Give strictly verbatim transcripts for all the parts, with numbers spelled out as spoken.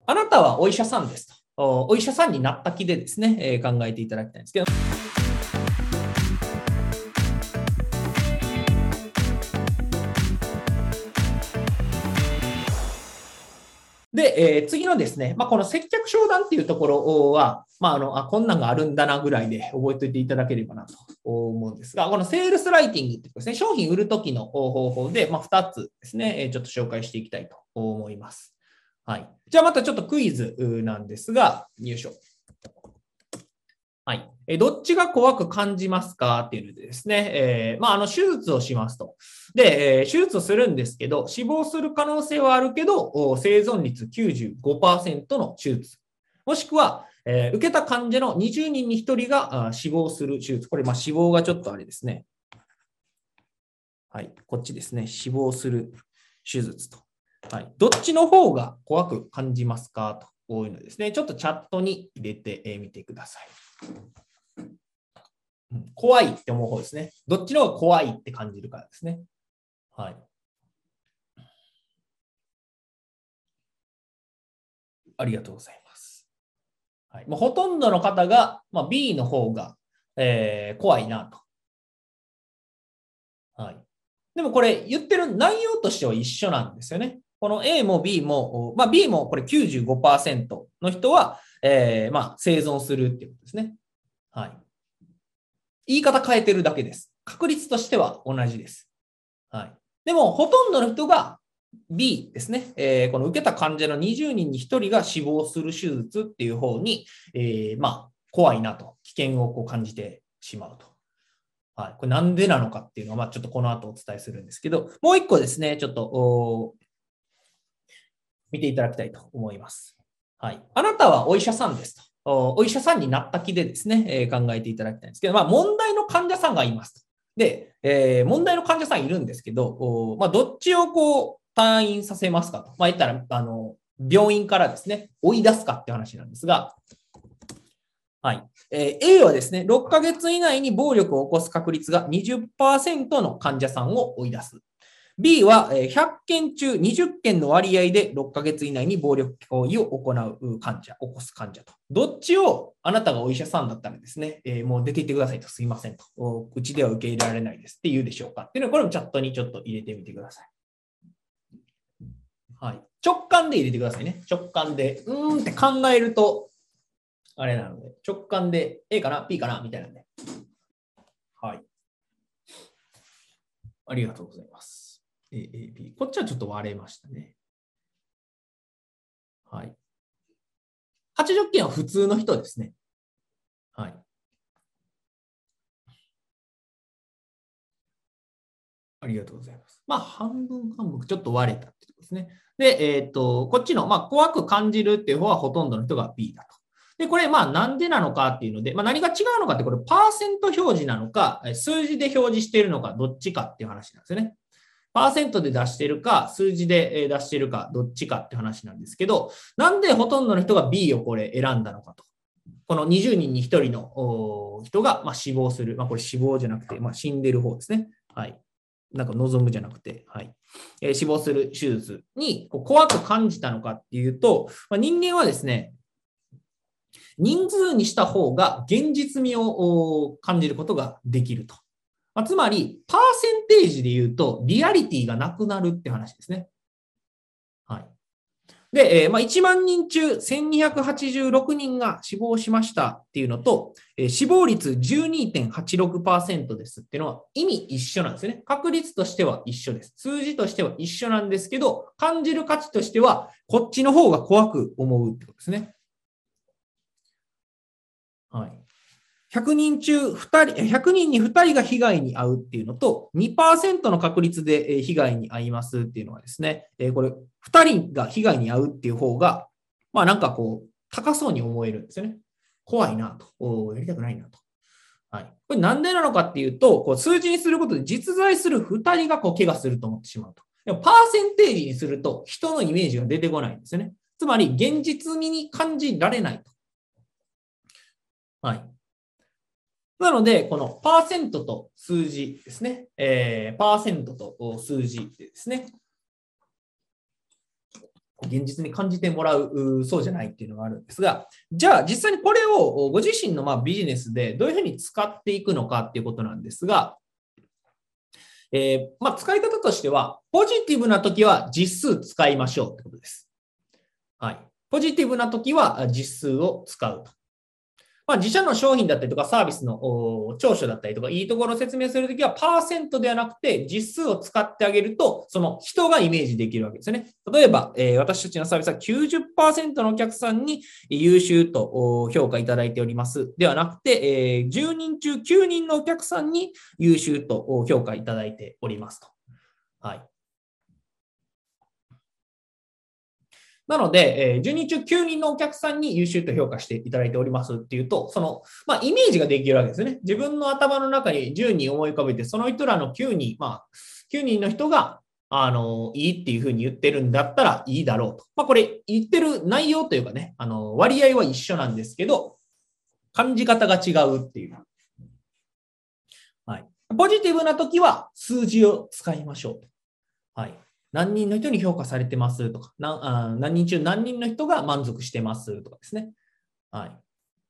あなたはお医者さんですと。お医者さんになった気でですね、えー、考えていただきたいんですけど。で、えー、次のですね、まあ、この接客商談っていうところは、まあ、あの、あ、こんなんがあるんだなぐらいで覚えておいていただければなと思うんですが、このセールスライティングってですね、商品売るときの方法で、まあ、ふたつですね、ちょっと紹介していきたいと思います。はい。じゃあまたちょっとクイズなんですが、よいしょ。はい。え、どっちが怖く感じますかっていうのでですね、えー、まあ、あの、手術をしますと。で、えー、手術をするんですけど、死亡する可能性はあるけど、生存率 きゅうじゅうごパーセント の手術。もしくは、えー、受けた患者のにじゅうにんにひとりが死亡する手術。これ、まあ、死亡がちょっとあれですね。はい。こっちですね。死亡する手術と。はい。どっちの方が怖く感じますかと。こういうのですね。ちょっとチャットに入れてみてください。怖いって思う方ですね。どっちの方が怖いって感じるからですね。はい。ありがとうございます。はい、もうほとんどの方が、まあ、B の方が、えー、怖いなと。はい。でもこれ言ってる内容としては一緒なんですよね。この A も B も、まあ、B もこれ きゅうじゅうごパーセント の人は、えー、まあ生存するっていうことですね。はい。言い方変えてるだけです。確率としては同じです。はい。でも、ほとんどの人が B ですね。えー、この受けた患者のにじゅうにんにひとりが死亡する手術っていう方に、えー、まあ、怖いなと、危険をこう感じてしまうと。はい。これなんでなのかっていうのは、まあ、ちょっとこの後お伝えするんですけど、もう一個ですね、ちょっと、見ていただきたいと思います。はい。あなたはお医者さんですと。お医者さんになった気でですね、えー、考えていただきたいんですけど、まあ、問題の患者さんがいますと。で、えー、問題の患者さんいるんですけど、まあ、どっちをこう、退院させますかと。まあ、言ったら、あの、病院からですね、追い出すかって話なんですが、はい。えー、A はですね、ろっかげつ以内に暴力を起こす確率が にじゅっパーセント の患者さんを追い出す。B はひゃっけん中にじゅっけんの割合でろっかげつ以内に暴力行為を行う患者、起こす患者と。どっちをあなたがお医者さんだったらですね、えー、もう出て行ってくださいと、すいませんと。うちでは受け入れられないですって言うでしょうかっていうのは、これもチャットにちょっと入れてみてください。はい。直感で入れてくださいね。直感で。うーんって考えると、あれなので、直感で A かな ?B かなみたいなんで。はい。ありがとうございます。A、A、B。こっちはちょっと割れましたね。はい。はちじゅっけんは普通の人ですね。はい。ありがとうございます。まあ、半分半分ちょっと割れたってことですね。で、えっと、こっちの、まあ、怖く感じるっていう方はほとんどの人が B だと。で、これ、まあ、なんでなのかっていうので、まあ、何が違うのかって、これ、パーセント表示なのか、数字で表示しているのか、どっちかっていう話なんですよね。パーセントで出してるか、数字で出してるか、どっちかって話なんですけど、なんでほとんどの人が B をこれ選んだのかと。このにじゅうにんにひとりの人がまあ死亡する。まあ、これ死亡じゃなくて、まあ、死んでる方ですね。はい。なんか望むじゃなくて、はい。えー、死亡する手術にこう怖く感じたのかっていうと、まあ、人間はですね、人数にした方が現実味を感じることができると。まあ、つまり、パーセンテージで言うと、リアリティがなくなるって話ですね。はい。で、えーまあ、いちまんにん中せんにひゃくはちじゅうろくにんが死亡しましたっていうのと、えー、死亡率 じゅうにてんはちろくパーセント ですっていうのは意味一緒なんですよね。確率としては一緒です。数字としては一緒なんですけど、感じる価値としては、こっちの方が怖く思うってことですね。はい。ひゃくにん中ふたり、ひゃくにんにふたりが被害に遭うっていうのと、にパーセント の確率で被害に遭いますっていうのはですね、これ、ふたりが被害に遭うっていう方が、まあなんかこう、高そうに思えるんですよね。怖いなと。やりたくないなと。はい。これなんでなのかっていうと、こう数字にすることで実在するふたりがこう怪我すると思ってしまうと。でもパーセンテージにすると人のイメージが出てこないんですよね。つまり現実味に感じられないと。はい。なので、このパーセントと数字ですね。えー、パーセントと数字ですね。 現実に感じてもらう、そうじゃないっていうのがあるんですが、じゃあ実際にこれをご自身のまあビジネスでどういうふうに使っていくのかっていうことなんですが、えー、まあ使い方としては、ポジティブな時は実数使いましょうってことです。はい。ポジティブな時は実数を使うと。まあ、自社の商品だったりとかサービスの長所だったりとか、いいところを説明するときは、パーセントではなくて、実数を使ってあげると、その人がイメージできるわけですよね。例えば、えー、私たちのサービスは きゅうじゅっパーセント のお客さんに優秀と評価いただいております。ではなくて、えー、じゅうにん中きゅうにんのお客さんに優秀と評価いただいておりますと。はい。なので、じゅうにん中きゅうにんのお客さんに優秀と評価していただいておりますっていうと、その、まあ、イメージができるわけですよね。自分の頭の中にじゅうにん思い浮かべて、その人らのきゅうにん、まあ、きゅうにんの人が、あの、いいっていうふうに言ってるんだったらいいだろうと。まあ、これ、言ってる内容というかね、あの、割合は一緒なんですけど、感じ方が違うっていう。はい。ポジティブな時は数字を使いましょう。はい。何人の人に評価されてますとか、何, あ何人中何人の人が満足してますとかですね。はい。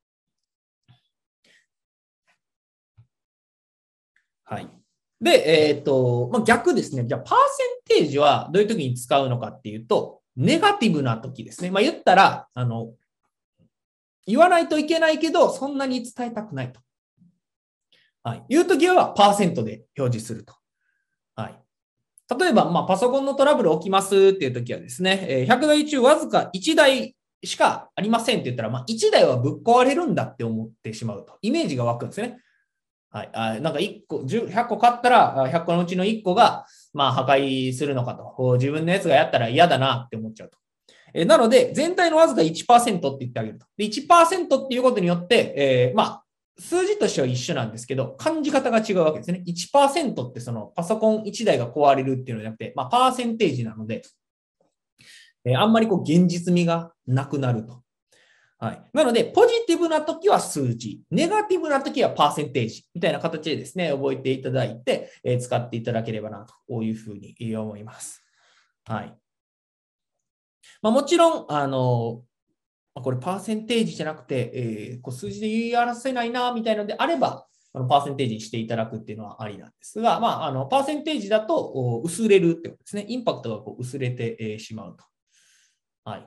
はい。で、えっ、ー、と、まあ、逆ですね。じゃあ、パーセンテージはどういう時に使うのかっていうと、ネガティブな時ですね。まあ、言ったら、あの、言わないといけないけど、そんなに伝えたくないと。はい。いう時は、パーセントで表示すると。はい。例えば、まあ、パソコンのトラブル起きますっていう時はですね、ひゃくだい中わずかいちだいしかありませんって言ったら、まあ、いちだいはぶっ壊れるんだって思ってしまうと。イメージが湧くんですね。はい。あなんかいっこ、ひゃっこ買ったら、ひゃっこのうちのいっこが、まあ、破壊するのかと。自分のやつがやったら嫌だなって思っちゃうと。えなので、全体のわずか いちパーセント って言ってあげると。で、いちパーセント っていうことによって、えー、まあ、数字としては一緒なんですけど、感じ方が違うわけですね。いちパーセント ってそのパソコンいちだいが壊れるっていうのじゃなくて、まあ、パーセンテージなので、えー、あんまりこう現実味がなくなると。はい。なので、ポジティブな時は数字、ネガティブな時はパーセンテージみたいな形でですね、覚えていただいて、えー、使っていただければなというふうに思います。はい。まあ、もちろん、あの、これパーセンテージじゃなくて、えー、こう数字で言い表せないな、みたいなのであれば、あのパーセンテージにしていただくっていうのはありなんですが、まあ、あの、パーセンテージだと薄れるってことですね。インパクトがこう薄れてしまうと。はい。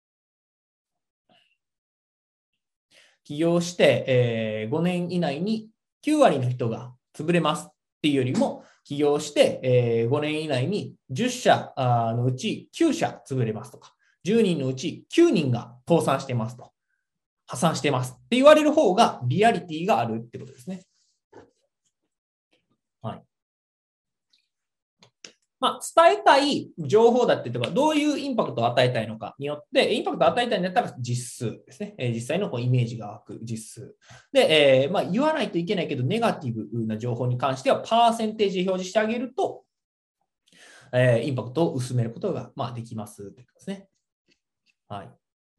起業して、えー、ごねん以内にきゅう割の人が潰れますっていうよりも、起業して、えー、ごねん以内にじゅっ社のうちきゅう社潰れますとか、じゅうにんのうちきゅうにんが倒産してますと。破産してますって言われる方がリアリティがあるってことですね。はい。まあ、伝えたい情報だってとか、どういうインパクトを与えたいのかによって、インパクトを与えたいんだったら実数ですね。実際のこうイメージが湧く実数。で、えーまあ、言わないといけないけど、ネガティブな情報に関しては、パーセンテージで表示してあげると、えー、インパクトを薄めることが、まあ、できますということですね。はい。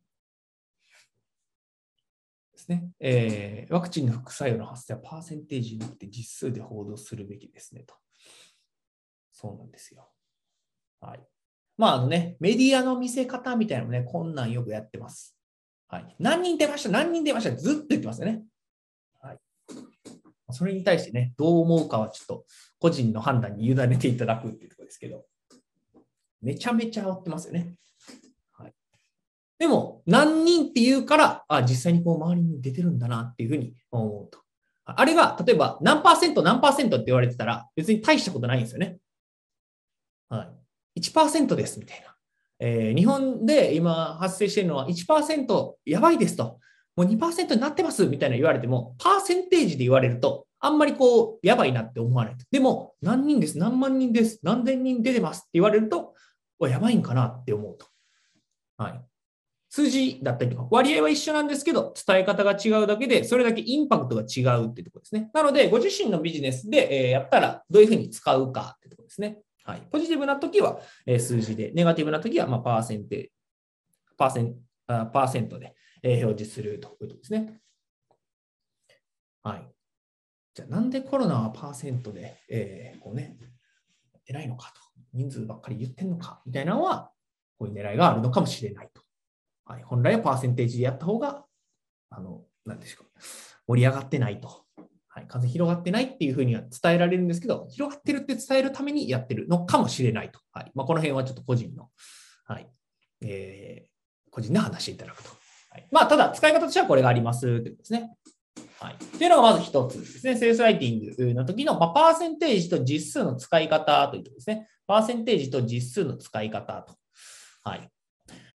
ですね。えー、ワクチンの副作用の発生はパーセンテージになって実数で報道するべきですねと。そうなんですよ。はい。まあ、あのね、メディアの見せ方みたいなのもね、こんなんよくやってます。はい。何人出ました、何人出ました、ずっと言ってますよね。はい。それに対してね、どう思うかはちょっと個人の判断に委ねていただくっていうところですけど、めちゃめちゃ煽ってますよね。はい。でも、何人って言うから、あ、実際にこう周りに出てるんだなっていうふうに思うと。あれが、例えば何パーセント何パーセントって言われてたら、別に大したことないんですよね。はい。いちパーセントですみたいな。えー、日本で今発生しているのは いちパーセント やばいですと。もう にパーセント になってますみたいな言われても、パーセンテージで言われると、あんまりこう、やばいなって思わない。でも、何人です、何万人です、何千人出てますって言われると、やばいんかなって思うと。はい。数字だったりとか、割合は一緒なんですけど、伝え方が違うだけで、それだけインパクトが違うっていうところですね。なので、ご自身のビジネスでやったら、どういうふうに使うかっていうところですね。はい。ポジティブな時は数字で、ネガティブな時はまあパーセンテ、パーセン、パーセントで表示するということですね。はい。じゃあ、なんでコロナはパーセントで、えー、こうね、出ないのかと、人数ばっかり言ってんのか、みたいなのは、 こういう狙いがあるのかもしれないと。はい、本来はパーセンテージでやった方が、あの、なんでしょう、盛り上がってないと。はい、風広がってないっていうふうには伝えられるんですけど、広がってるって伝えるためにやってるのかもしれないと。はい、まあ、この辺はちょっと個人の、はい、えー、個人で話していただくと。はい、まあ、ただ、使い方としてはこれがありますということですね。はい。というのがまず一つですね。セールスライティングの時の、まあ、パーセンテージと実数の使い方というとですね。パーセンテージと実数の使い方と。はい。